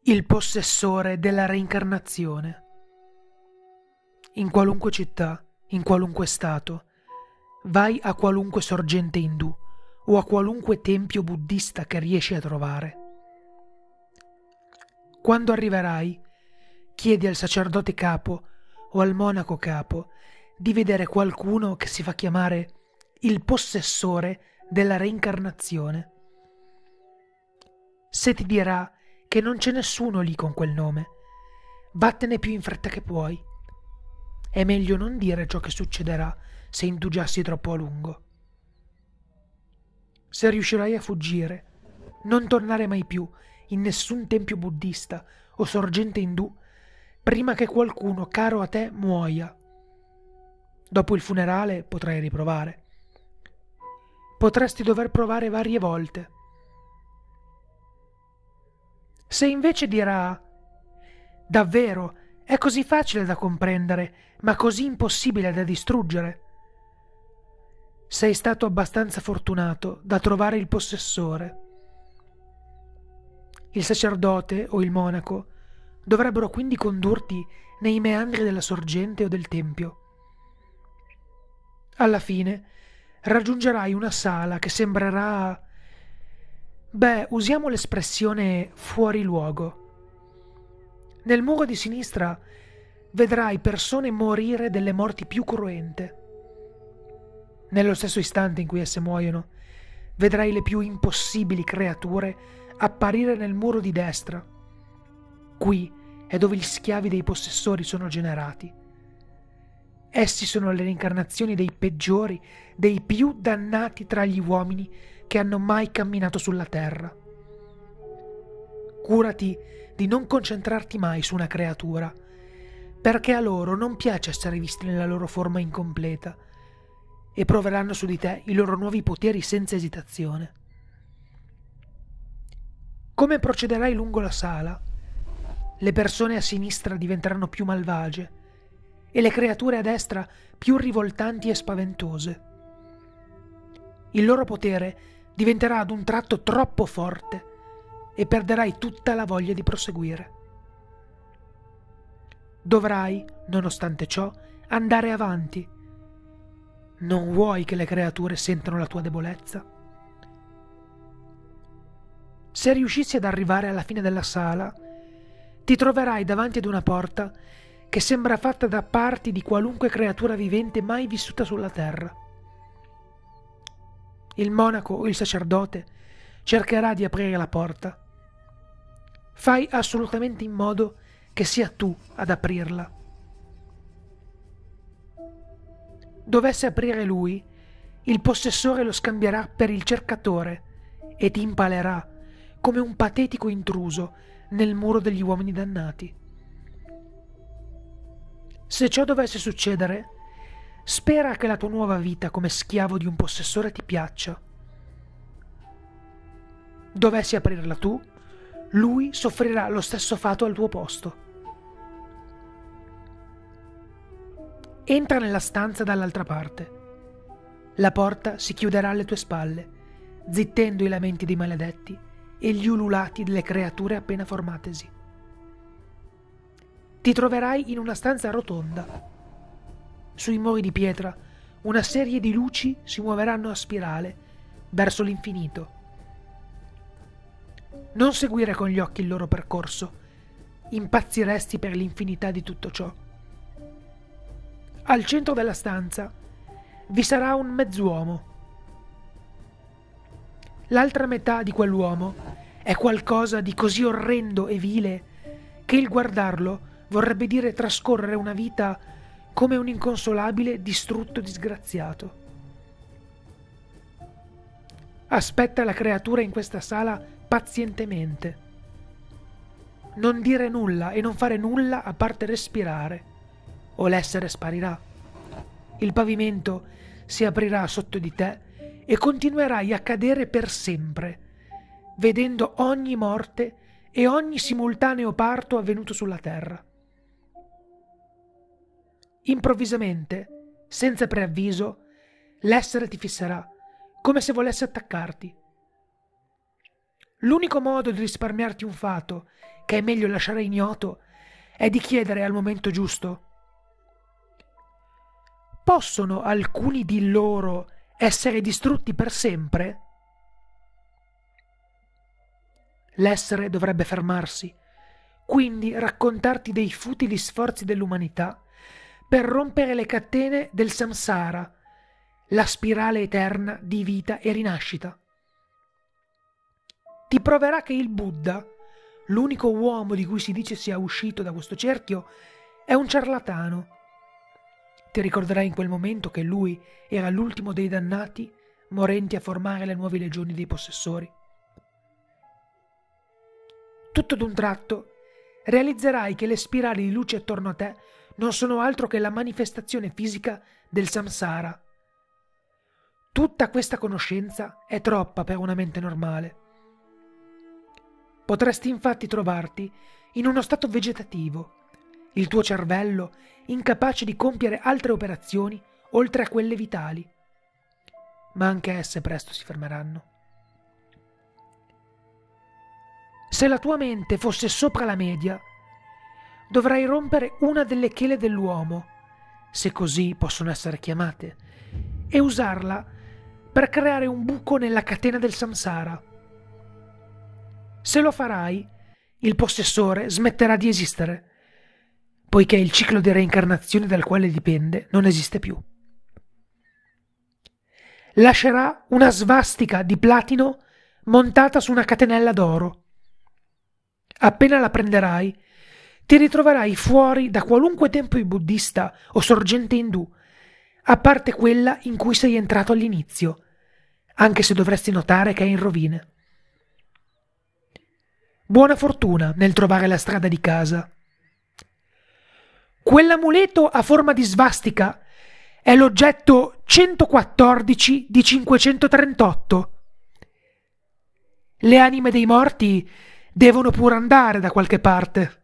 Il possessore della reincarnazione. In qualunque città, in qualunque stato, vai a qualunque sorgente indù o a qualunque tempio buddista che riesci a trovare. Quando arriverai, chiedi al sacerdote capo o al monaco capo di vedere qualcuno che si fa chiamare il possessore della reincarnazione. Se ti dirà che non c'è nessuno lì con quel nome, vattene più in fretta che puoi. È meglio non dire ciò che succederà se indugiassi troppo a lungo. Se riuscirai a fuggire, non tornare mai più in nessun tempio buddista o sorgente indù prima che qualcuno caro a te muoia. Dopo il funerale potrai riprovare. Potresti dover provare varie volte. Se invece dirà: davvero, è così facile da comprendere, ma così impossibile da distruggere, sei stato abbastanza fortunato da trovare il possessore. Il sacerdote o il monaco dovrebbero quindi condurti nei meandri della sorgente o del tempio. Alla fine raggiungerai una sala che sembrerà, usiamo l'espressione fuori luogo. Nel muro di sinistra vedrai persone morire delle morti più cruente. Nello stesso istante in cui esse muoiono, vedrai le più impossibili creature apparire nel muro di destra. Qui è dove gli schiavi dei possessori sono generati. Essi sono le reincarnazioni dei peggiori, dei più dannati tra gli uomini che hanno mai camminato sulla terra. Curati di non concentrarti mai su una creatura, perché a loro non piace essere visti nella loro forma incompleta e proveranno su di te i loro nuovi poteri senza esitazione. Come procederai lungo la sala, le persone a sinistra diventeranno più malvagie e le creature a destra più rivoltanti e spaventose. Il loro potere diventerà ad un tratto troppo forte e perderai tutta la voglia di proseguire. Dovrai, nonostante ciò, andare avanti. Non vuoi che le creature sentano la tua debolezza? Se riuscissi ad arrivare alla fine della sala, ti troverai davanti ad una porta che sembra fatta da parti di qualunque creatura vivente mai vissuta sulla terra. Il monaco o il sacerdote cercherà di aprire la porta. Fai assolutamente in modo che sia tu ad aprirla. Dovesse aprire lui, il possessore lo scambierà per il cercatore e ti impalerà come un patetico intruso nel muro degli uomini dannati. Se ciò dovesse succedere, spera che la tua nuova vita come schiavo di un possessore ti piaccia. Dovessi aprirla tu, lui soffrirà lo stesso fato al tuo posto. Entra nella stanza dall'altra parte. La porta si chiuderà alle tue spalle, zittendo i lamenti dei maledetti e gli ululati delle creature appena formatesi. Ti troverai in una stanza rotonda. Sui muri di pietra una serie di luci si muoveranno a spirale verso l'infinito. Non seguire con gli occhi il loro percorso, impazziresti per l'infinità di tutto ciò. Al centro della stanza vi sarà un mezz'uomo. L'altra metà di quell'uomo è qualcosa di così orrendo e vile che il guardarlo vorrebbe dire trascorrere una vita come un inconsolabile distrutto disgraziato. Aspetta la creatura in questa sala pazientemente. Non dire nulla e non fare nulla a parte respirare, o l'essere sparirà. Il pavimento si aprirà sotto di te e continuerai a cadere per sempre, vedendo ogni morte e ogni simultaneo parto avvenuto sulla terra. Improvvisamente, senza preavviso, l'essere ti fisserà, come se volesse attaccarti. L'unico modo di risparmiarti un fato che è meglio lasciare ignoto è di chiedere al momento giusto: possono alcuni di loro essere distrutti per sempre? L'essere dovrebbe fermarsi, quindi raccontarti dei futili sforzi dell'umanità per rompere le catene del samsara, la spirale eterna di vita e rinascita. Ti proverà che il Buddha, l'unico uomo di cui si dice sia uscito da questo cerchio, è un ciarlatano. Ti ricorderai in quel momento che lui era l'ultimo dei dannati morenti a formare le nuove legioni dei possessori. Tutto d'un tratto realizzerai che le spirali di luce attorno a te non sono altro che la manifestazione fisica del samsara. Tutta questa conoscenza è troppa per una mente normale. Potresti infatti trovarti in uno stato vegetativo, il tuo cervello incapace di compiere altre operazioni oltre a quelle vitali. Ma anche esse presto si fermeranno. Se la tua mente fosse sopra la media, dovrai rompere una delle chele dell'uomo, se così possono essere chiamate, e usarla per creare un buco nella catena del samsara. Se lo farai, il possessore smetterà di esistere, poiché il ciclo di reincarnazione dal quale dipende non esiste più. Lascerà una svastica di platino montata su una catenella d'oro. Appena la prenderai, ti ritroverai fuori da qualunque tempio buddista o sorgente indù, a parte quella in cui sei entrato all'inizio, anche se dovresti notare che è in rovine. Buona fortuna nel trovare la strada di casa. Quell'amuleto a forma di svastica è l'oggetto 114 di 538. Le anime dei morti devono pure andare da qualche parte.